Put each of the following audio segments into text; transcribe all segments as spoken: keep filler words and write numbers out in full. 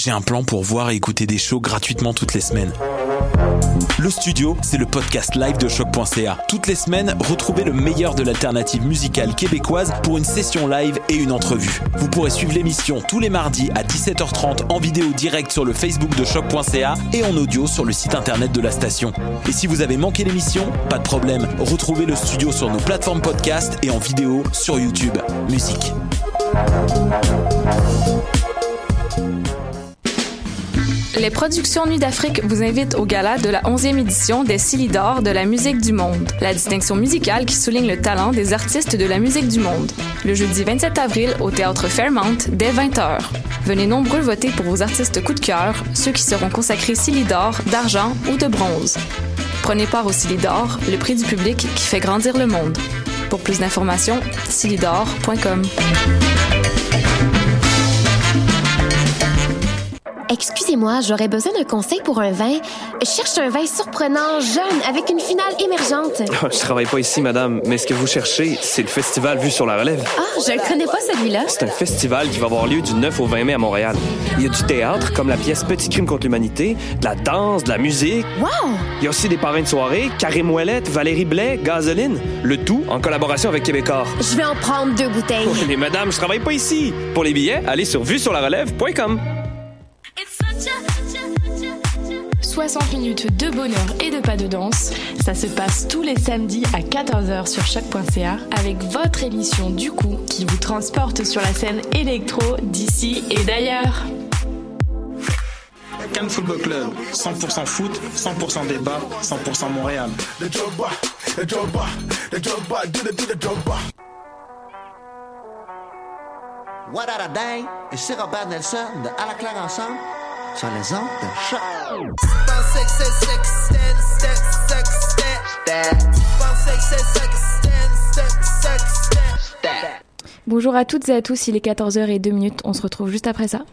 J'ai un plan pour voir et écouter des shows gratuitement toutes les semaines. Le Studio, c'est le podcast live de choc point c a. Toutes les semaines, retrouvez le meilleur de l'alternative musicale québécoise pour une session live et une entrevue. Vous pourrez suivre l'émission tous les mardis à dix-sept heures trente en vidéo direct sur le Facebook de choc point c a et en audio sur le site internet de la station. Et si vous avez manqué l'émission, pas de problème. Retrouvez le Studio sur nos plateformes podcast et en vidéo sur YouTube. Musique. Les productions Nuit d'Afrique vous invitent au gala de la onzième édition des Silidor de la musique du monde, la distinction musicale qui souligne le talent des artistes de la musique du monde. Le jeudi vingt-sept avril au Théâtre Fairmount dès vingt heures. Venez nombreux voter pour vos artistes coup de cœur, ceux qui seront consacrés Silidor, d'argent ou de bronze. Prenez part au Silidor, le prix du public qui fait grandir le monde. Pour plus d'informations, silidor point com. Excusez-moi, j'aurais besoin d'un conseil pour un vin. Je cherche un vin surprenant, jeune, avec une finale émergente. Oh, je travaille pas ici, madame, mais ce que vous cherchez, c'est le festival Vue sur la Relève. Ah, je le connais pas, celui-là. C'est un festival qui va avoir lieu du neuf au vingt mai à Montréal. Il y a du théâtre, comme la pièce Petit crime contre l'humanité, de la danse, de la musique. Wow! Il y a aussi des parrains de soirée, Karim Ouellette, Valérie Blais, Gasoline. Le tout en collaboration avec Québécois. Je vais en prendre deux bouteilles. Oh, mais madame, je travaille pas ici. Pour les billets, allez sur vue sur la relève point com. soixante minutes de bonheur et de pas de danse. Ça se passe tous les samedis à quatorze heures sur choc point c a avec votre émission du coup qui vous transporte sur la scène électro d'ici et d'ailleurs. Cannes Football Club, cent pour cent foot, cent pour cent débat, cent pour cent Montréal. What a day, et c'est Robert Nelson de À la claire ensemble sur les ondes de choc. Bonjour à toutes et à tous, il est quatorze heures zéro deux minutes, on se retrouve juste après ça.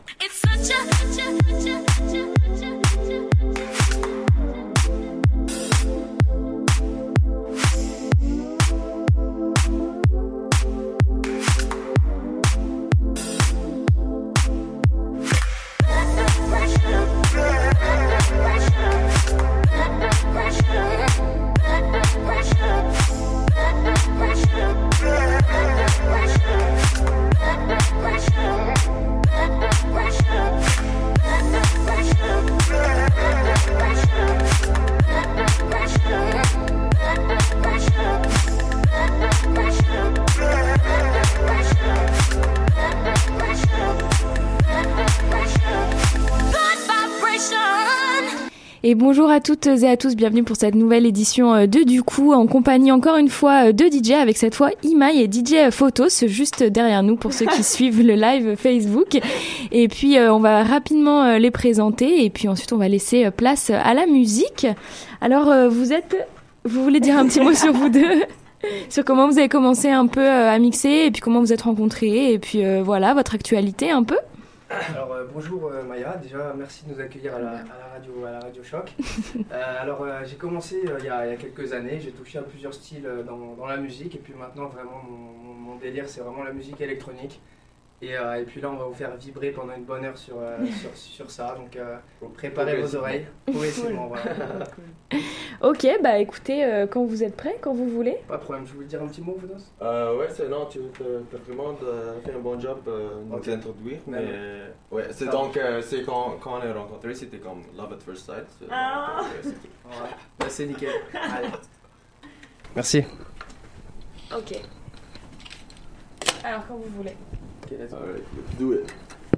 Et bonjour à toutes et à tous, bienvenue pour cette nouvelle édition de Du coup, en compagnie encore une fois de D J, avec cette fois Imaï et D J Photos, juste derrière nous pour ceux qui suivent le live Facebook. Et puis on va rapidement les présenter et puis ensuite on va laisser place à la musique. Alors vous êtes, vous voulez dire un petit mot sur vous deux ? Sur comment vous avez commencé un peu à mixer et puis comment vous êtes rencontrés et puis euh, voilà, votre actualité un peu. Alors euh, bonjour euh, Maya, déjà merci de nous accueillir à la, à la radio à la radio Choc. Euh, alors euh, j'ai commencé euh, il, y a, il y a quelques années, j'ai touché à plusieurs styles euh, dans, dans la musique et puis maintenant vraiment mon, mon, mon délire c'est vraiment la musique électronique. Et, euh, et puis là on va vous faire vibrer pendant une bonne heure sur, euh, sur, sur ça, donc euh, préparez vos oreilles. Progressivement, voilà. Ok, bah écoutez, euh, quand vous êtes prêts, quand vous voulez. Pas de problème, je voulais dire un petit mot, Foudos. Euh, ouais, c'est non, tu as vraiment fait un bon job euh, de okay. nous introduire, mais euh, ouais, c'est donc, euh, c'est quand, quand on est rencontrés, c'était comme Love at First Sight. C'est, ah. donc, euh, c'est tout. Ouais. Bah, c'est nickel. Allez. Merci. Ok. Alors, quand vous voulez. Ok, let's right, do it.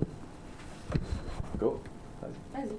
Go. Vas-y. Vas-y.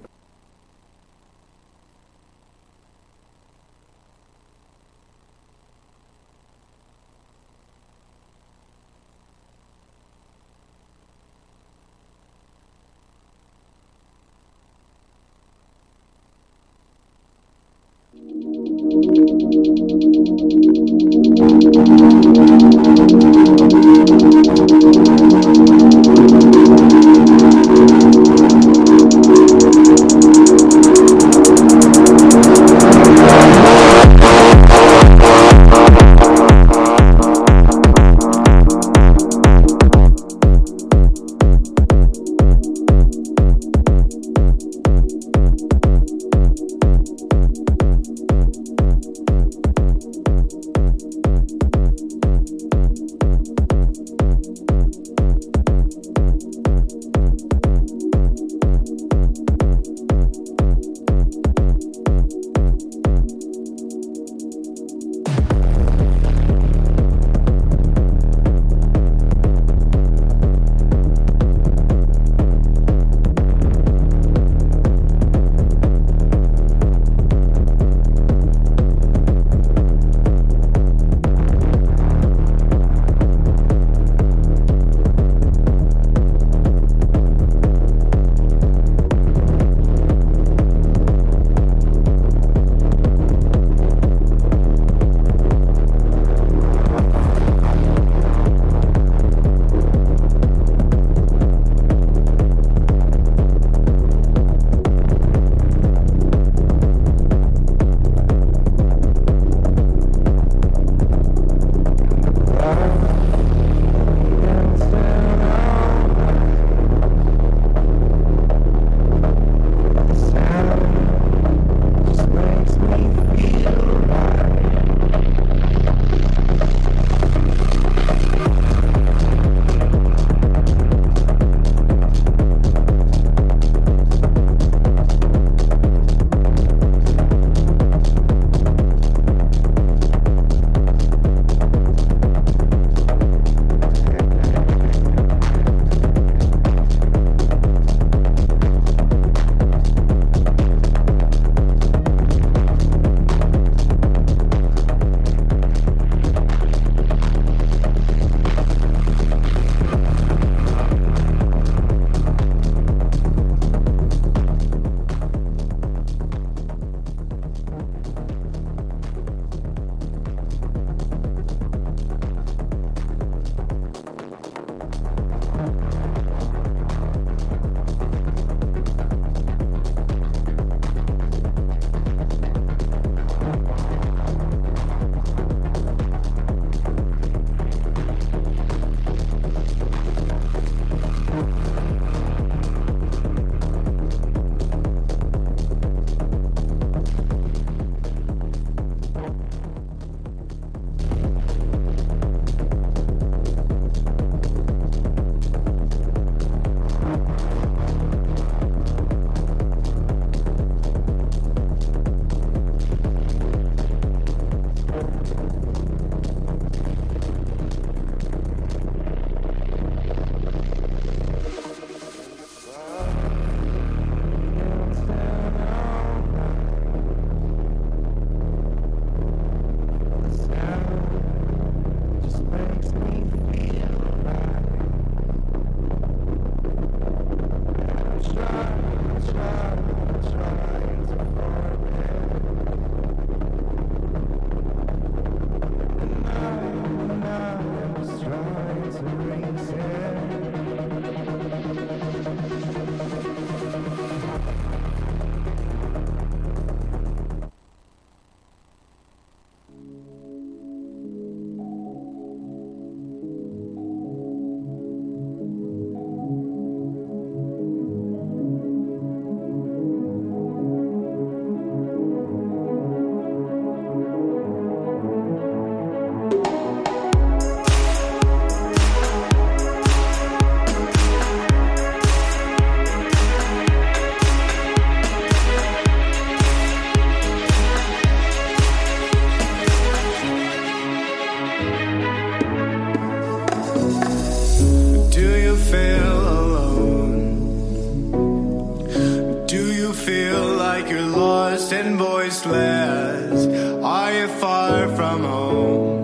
flares. Are you far from home?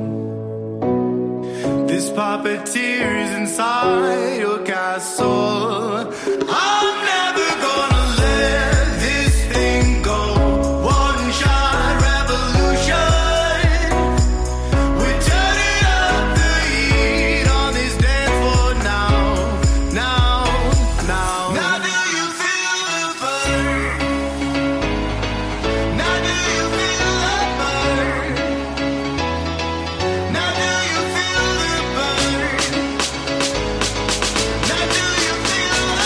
This puppeteer's inside your castle. I'm never gonna let this thing go. One shot revolution. We're turning up the heat on this dance floor now, now, now. Now do you feel the burn? Now do you feel the burn? Now do you feel the burn? Now do you feel the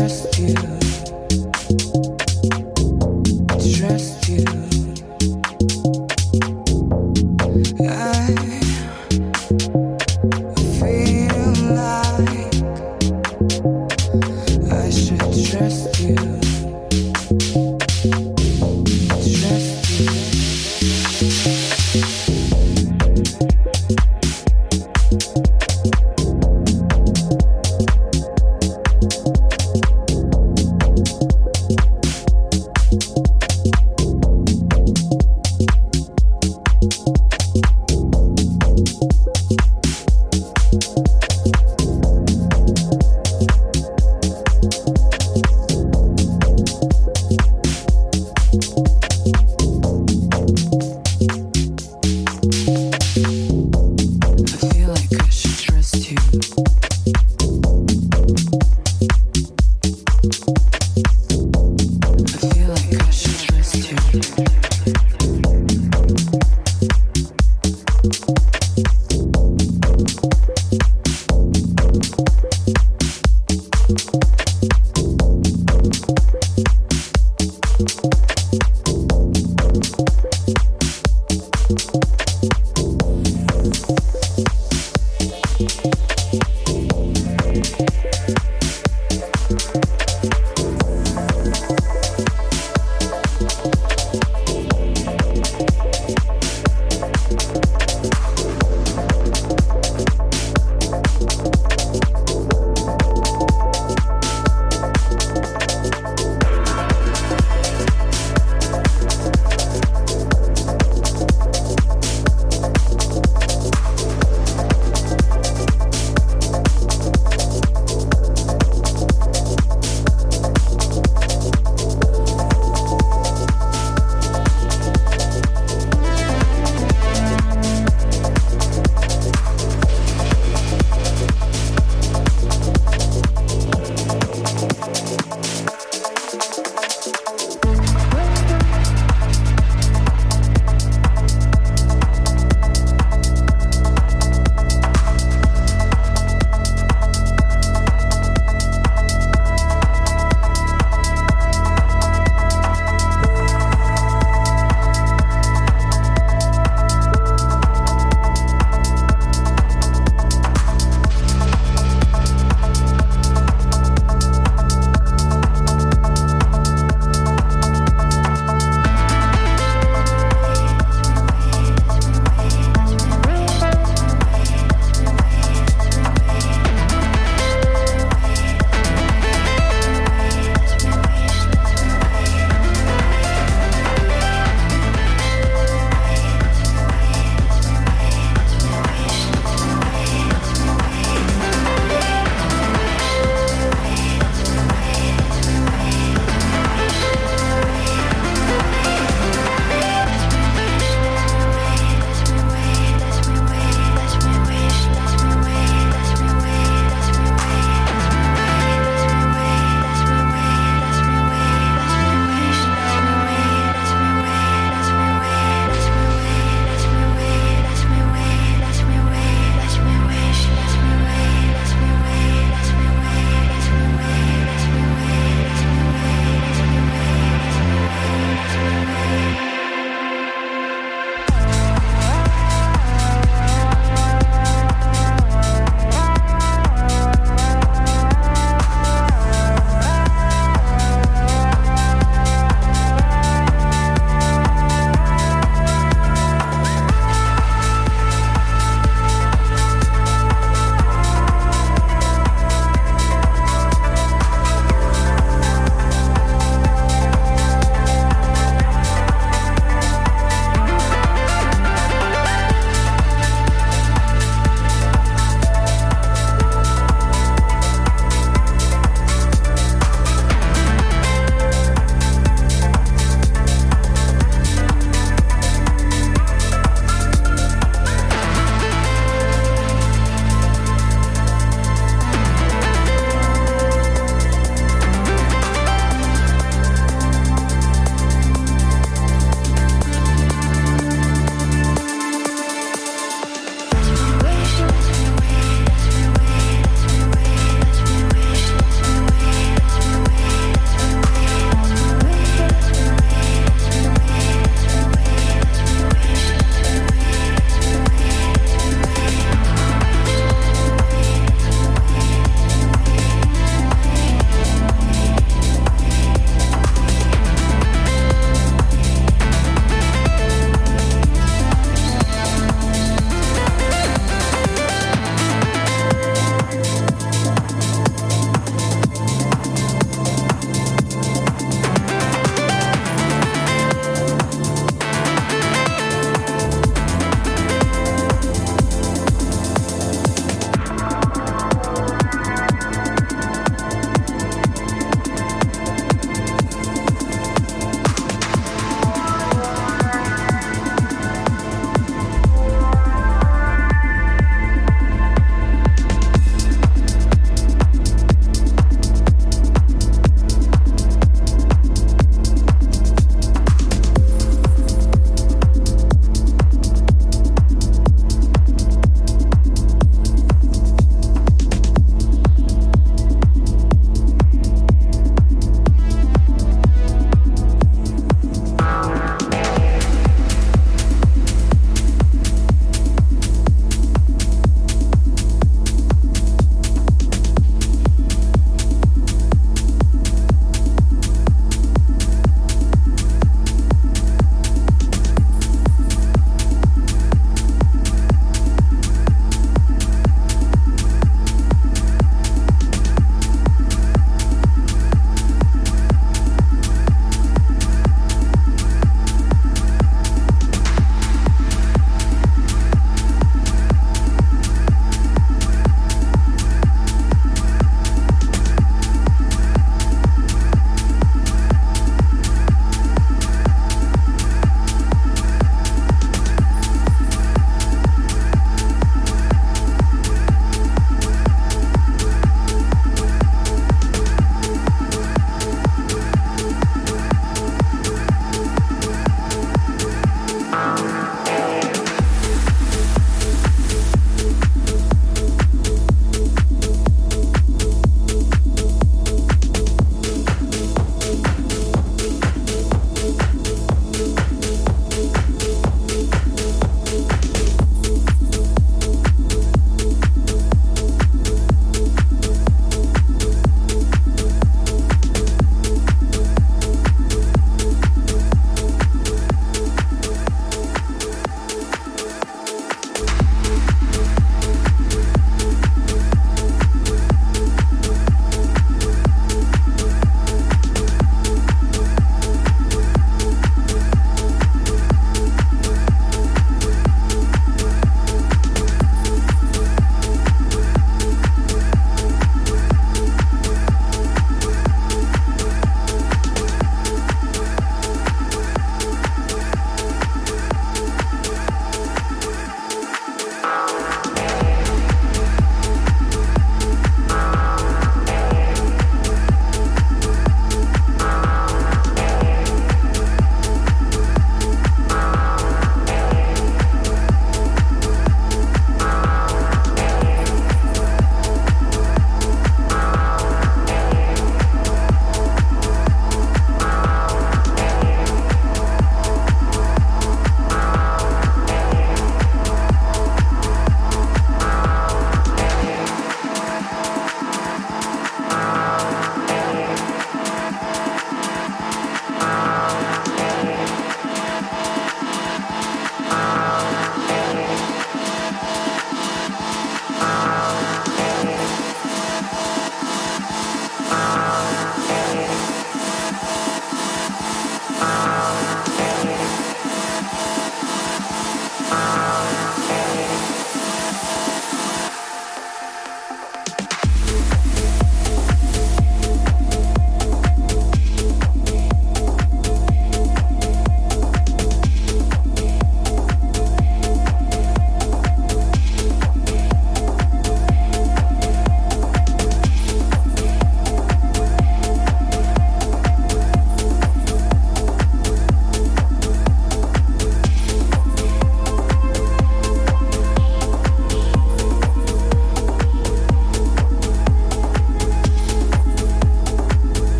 We'll be right back.